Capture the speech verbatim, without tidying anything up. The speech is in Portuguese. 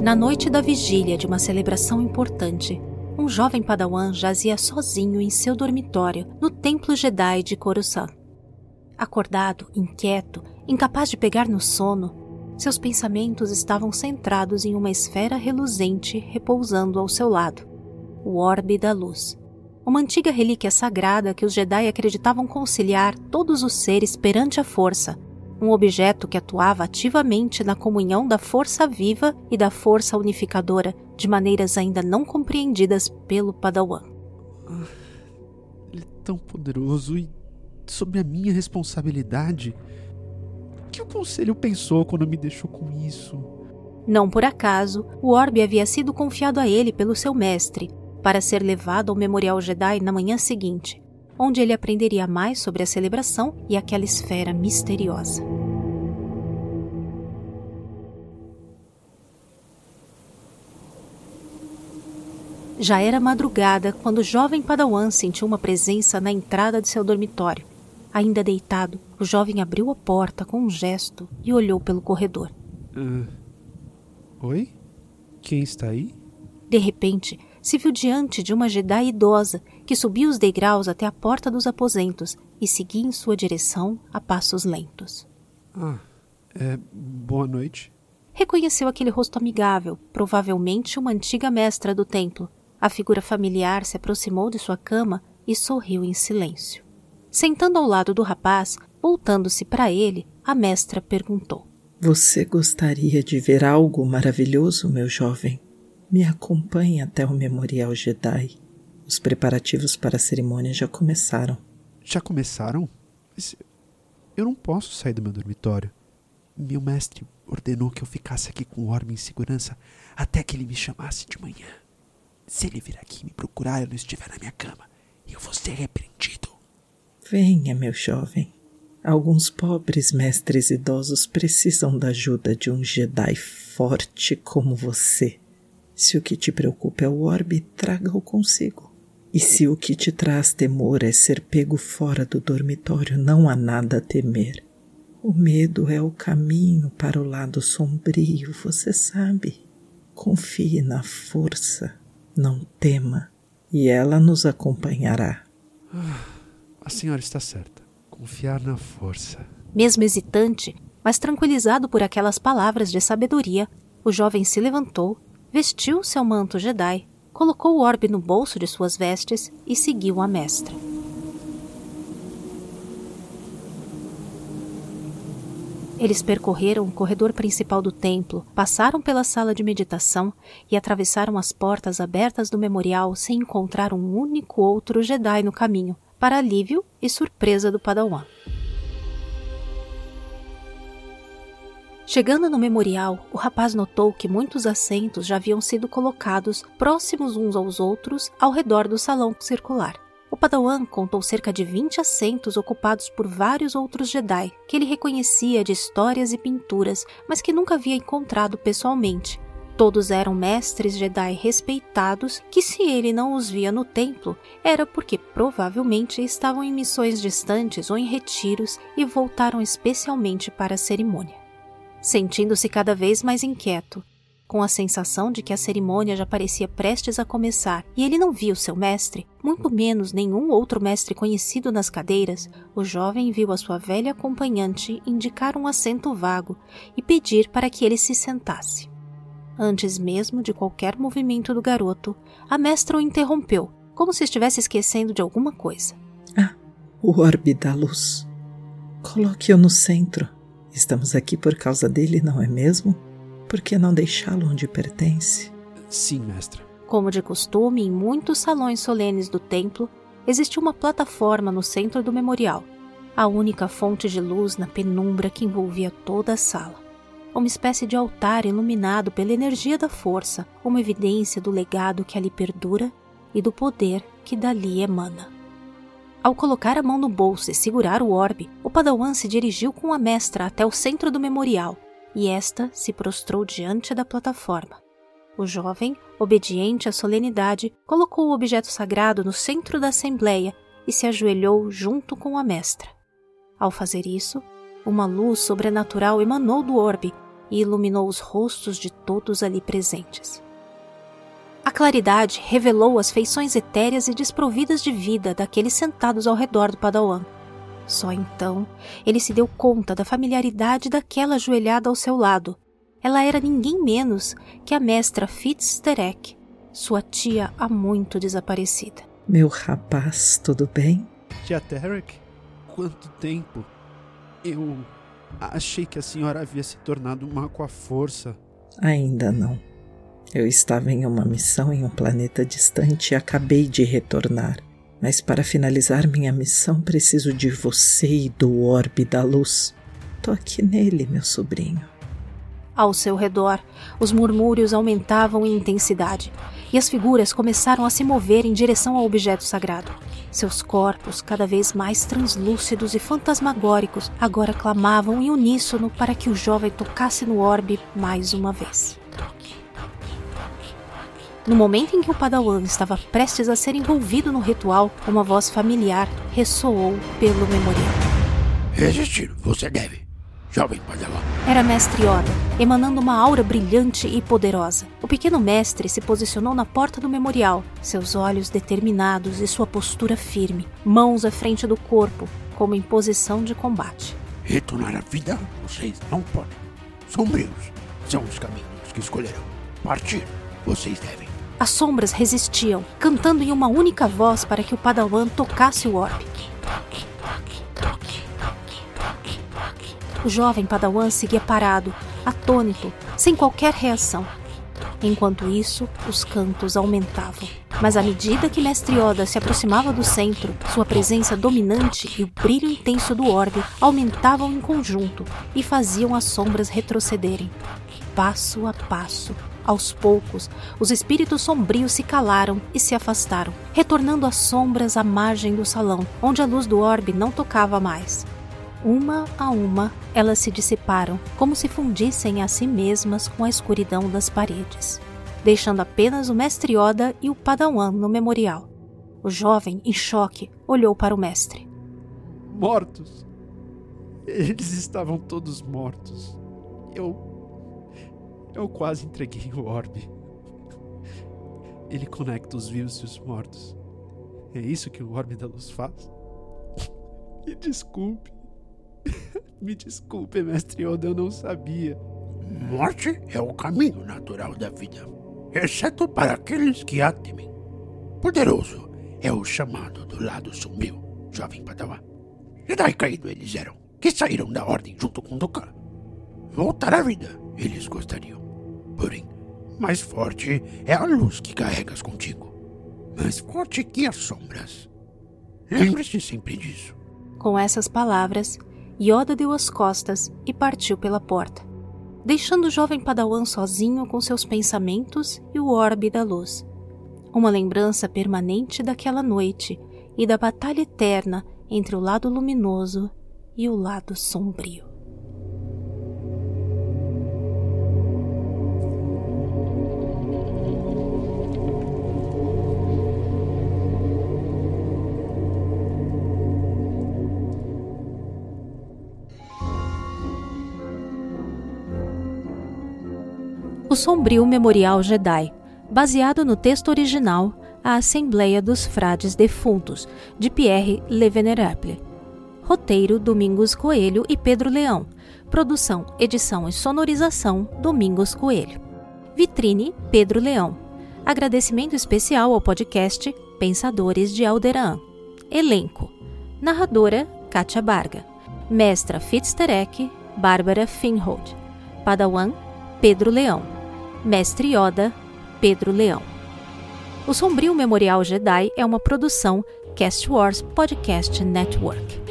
Na noite da vigília de uma celebração importante, um jovem padawan jazia sozinho em seu dormitório no Templo Jedi de Coruscant. Acordado, inquieto, incapaz de pegar no sono, seus pensamentos estavam centrados em uma esfera reluzente repousando ao seu lado, o Orbe da Luz, uma antiga relíquia sagrada que os Jedi acreditavam conciliar todos os seres perante a Força, um objeto que atuava ativamente na comunhão da Força Viva e da Força Unificadora de maneiras ainda não compreendidas pelo Padawan. Ah, ele é tão poderoso e sobre a minha responsabilidade. O que o Conselho pensou quando me deixou com isso? Não por acaso, o orbe havia sido confiado a ele pelo seu mestre, para ser levado ao Memorial Jedi na manhã seguinte, onde ele aprenderia mais sobre a celebração e aquela esfera misteriosa. Já era madrugada quando o jovem Padawan sentiu uma presença na entrada de seu dormitório. Ainda deitado, o jovem abriu a porta com um gesto e olhou pelo corredor. Uh, oi? Quem está aí? De repente, se viu diante de uma Jedi idosa que subia os degraus até a porta dos aposentos e seguia em sua direção a passos lentos. Ah, é, boa noite. Reconheceu aquele rosto amigável, provavelmente uma antiga mestra do templo. A figura familiar se aproximou de sua cama e sorriu em silêncio. Sentando ao lado do rapaz, voltando-se para ele, a mestra perguntou. Você gostaria de ver algo maravilhoso, meu jovem? Me acompanhe até o Memorial Jedi. Os preparativos para a cerimônia já começaram. Já começaram? Mas eu não posso sair do meu dormitório. Meu mestre ordenou que eu ficasse aqui com o orbe em segurança até que ele me chamasse de manhã. Se ele vir aqui me procurar e eu não estiver na minha cama, eu vou ser repreendido. Venha, meu jovem. Alguns pobres mestres idosos precisam da ajuda de um Jedi forte como você. Se o que te preocupa é o orbe, traga-o consigo. E se o que te traz temor é ser pego fora do dormitório, não há nada a temer. O medo é o caminho para o lado sombrio, você sabe. Confie na força, não tema, e ela nos acompanhará. A senhora está certa. Confiar na força. Mesmo hesitante, mas tranquilizado por aquelas palavras de sabedoria, o jovem se levantou, vestiu seu manto Jedi, colocou o orbe no bolso de suas vestes e seguiu a mestra. Eles percorreram o corredor principal do templo, passaram pela sala de meditação e atravessaram as portas abertas do memorial sem encontrar um único outro Jedi no caminho, para alívio e surpresa do Padawan. Chegando no memorial, o rapaz notou que muitos assentos já haviam sido colocados próximos uns aos outros ao redor do salão circular. O Padawan contou cerca de vinte assentos ocupados por vários outros Jedi que ele reconhecia de histórias e pinturas, mas que nunca havia encontrado pessoalmente. Todos eram mestres Jedi respeitados que, se ele não os via no templo, era porque provavelmente estavam em missões distantes ou em retiros e voltaram especialmente para a cerimônia. Sentindo-se cada vez mais inquieto, com a sensação de que a cerimônia já parecia prestes a começar e ele não via o seu mestre, muito menos nenhum outro mestre conhecido nas cadeiras, o jovem viu a sua velha acompanhante indicar um assento vago e pedir para que ele se sentasse. Antes mesmo de qualquer movimento do garoto, a mestra o interrompeu, como se estivesse esquecendo de alguma coisa. Ah, o orbe da luz. Coloque-o no centro. Estamos aqui por causa dele, não é mesmo? Por que não deixá-lo onde pertence? Sim, mestra. Como de costume, em muitos salões solenes do templo, existia uma plataforma no centro do memorial, a única fonte de luz na penumbra que envolvia toda a sala. Uma espécie de altar iluminado pela energia da força, uma evidência do legado que ali perdura e do poder que dali emana. Ao colocar a mão no bolso e segurar o orbe, o Padawan se dirigiu com a mestra até o centro do memorial, e esta se prostrou diante da plataforma. O jovem, obediente à solenidade, colocou o objeto sagrado no centro da assembleia e se ajoelhou junto com a mestra. Ao fazer isso, uma luz sobrenatural emanou do orbe, e iluminou os rostos de todos ali presentes. A claridade revelou as feições etéreas e desprovidas de vida daqueles sentados ao redor do Padawan. Só então ele se deu conta da familiaridade daquela ajoelhada ao seu lado. Ela era ninguém menos que a mestra Fitz Terek, sua tia há muito desaparecida. Meu rapaz, tudo bem? Tia Terek? Quanto tempo? Eu achei que a senhora havia se tornado uma com a força. Ainda não. Eu estava em uma missão em um planeta distante e acabei de retornar. Mas para finalizar minha missão preciso de você e do orbe da luz. Tô aqui nele, meu sobrinho. Ao seu redor, os murmúrios aumentavam em intensidade e as figuras começaram a se mover em direção ao objeto sagrado. Seus corpos, cada vez mais translúcidos e fantasmagóricos, agora clamavam em uníssono para que o jovem tocasse no orbe mais uma vez. No momento em que o Padawan estava prestes a ser envolvido no ritual, uma voz familiar ressoou pelo memorial. Resistir, você deve, jovem Padawan. Era Mestre Yoda, emanando uma aura brilhante e poderosa. O pequeno mestre se posicionou na porta do memorial, seus olhos determinados e sua postura firme, mãos à frente do corpo, como em posição de combate. Retornar à vida, vocês não podem. Sombrios são os caminhos que escolherão. Partir, vocês devem. As sombras resistiam, cantando em uma única voz para que o Padawan tocasse o orbe. O jovem Padawan seguia parado, atônito, sem qualquer reação. Enquanto isso, os cantos aumentavam. Mas à medida que Mestre Yoda se aproximava do centro, sua presença dominante e o brilho intenso do orbe aumentavam em conjunto e faziam as sombras retrocederem. Passo a passo, aos poucos, os espíritos sombrios se calaram e se afastaram, retornando às sombras à margem do salão, onde a luz do orbe não tocava mais. Uma a uma, elas se dissiparam, como se fundissem a si mesmas com a escuridão das paredes, deixando apenas o Mestre Yoda e o Padawan no memorial. O jovem, em choque, olhou para o mestre. Mortos! Eles estavam todos mortos. Eu... Eu quase entreguei o orbe. Ele conecta os vivos e os mortos. É isso que o orbe da luz faz? Me desculpe. Me desculpe, Mestre Yoda, eu não sabia. Morte é o caminho natural da vida, exceto para aqueles que a temem. Poderoso é o chamado do lado sombrio, jovem Padawan. Jedi caído eles eram, que saíram da ordem junto com Dokkan. Voltar à vida, eles gostariam. Porém, mais forte é a luz que carregas contigo. Mais forte que as sombras. Lembre-se sempre disso. Com essas palavras, Yoda deu as costas e partiu pela porta, deixando o jovem Padawan sozinho com seus pensamentos e o orbe da luz. Uma lembrança permanente daquela noite e da batalha eterna entre o lado luminoso e o lado sombrio. O Sombrio Memorial Jedi, baseado no texto original A Assembleia dos Frades Defuntos, de Pierre Le Venerable. Roteiro, Domingos Coelho e Pedro Leão. Produção, edição e sonorização, Domingos Coelho. Vitrine, Pedro Leão. Agradecimento especial ao podcast Pensadores de Alderaan. Elenco. Narradora, Kátia Barga. Mestra Fitz Terek, Bárbara Finhold. Padawan, Pedro Leão. Mestre Yoda, Pedro Leão. O Sombrio Memorial Jedi é uma produção Cast Wars Podcast Network.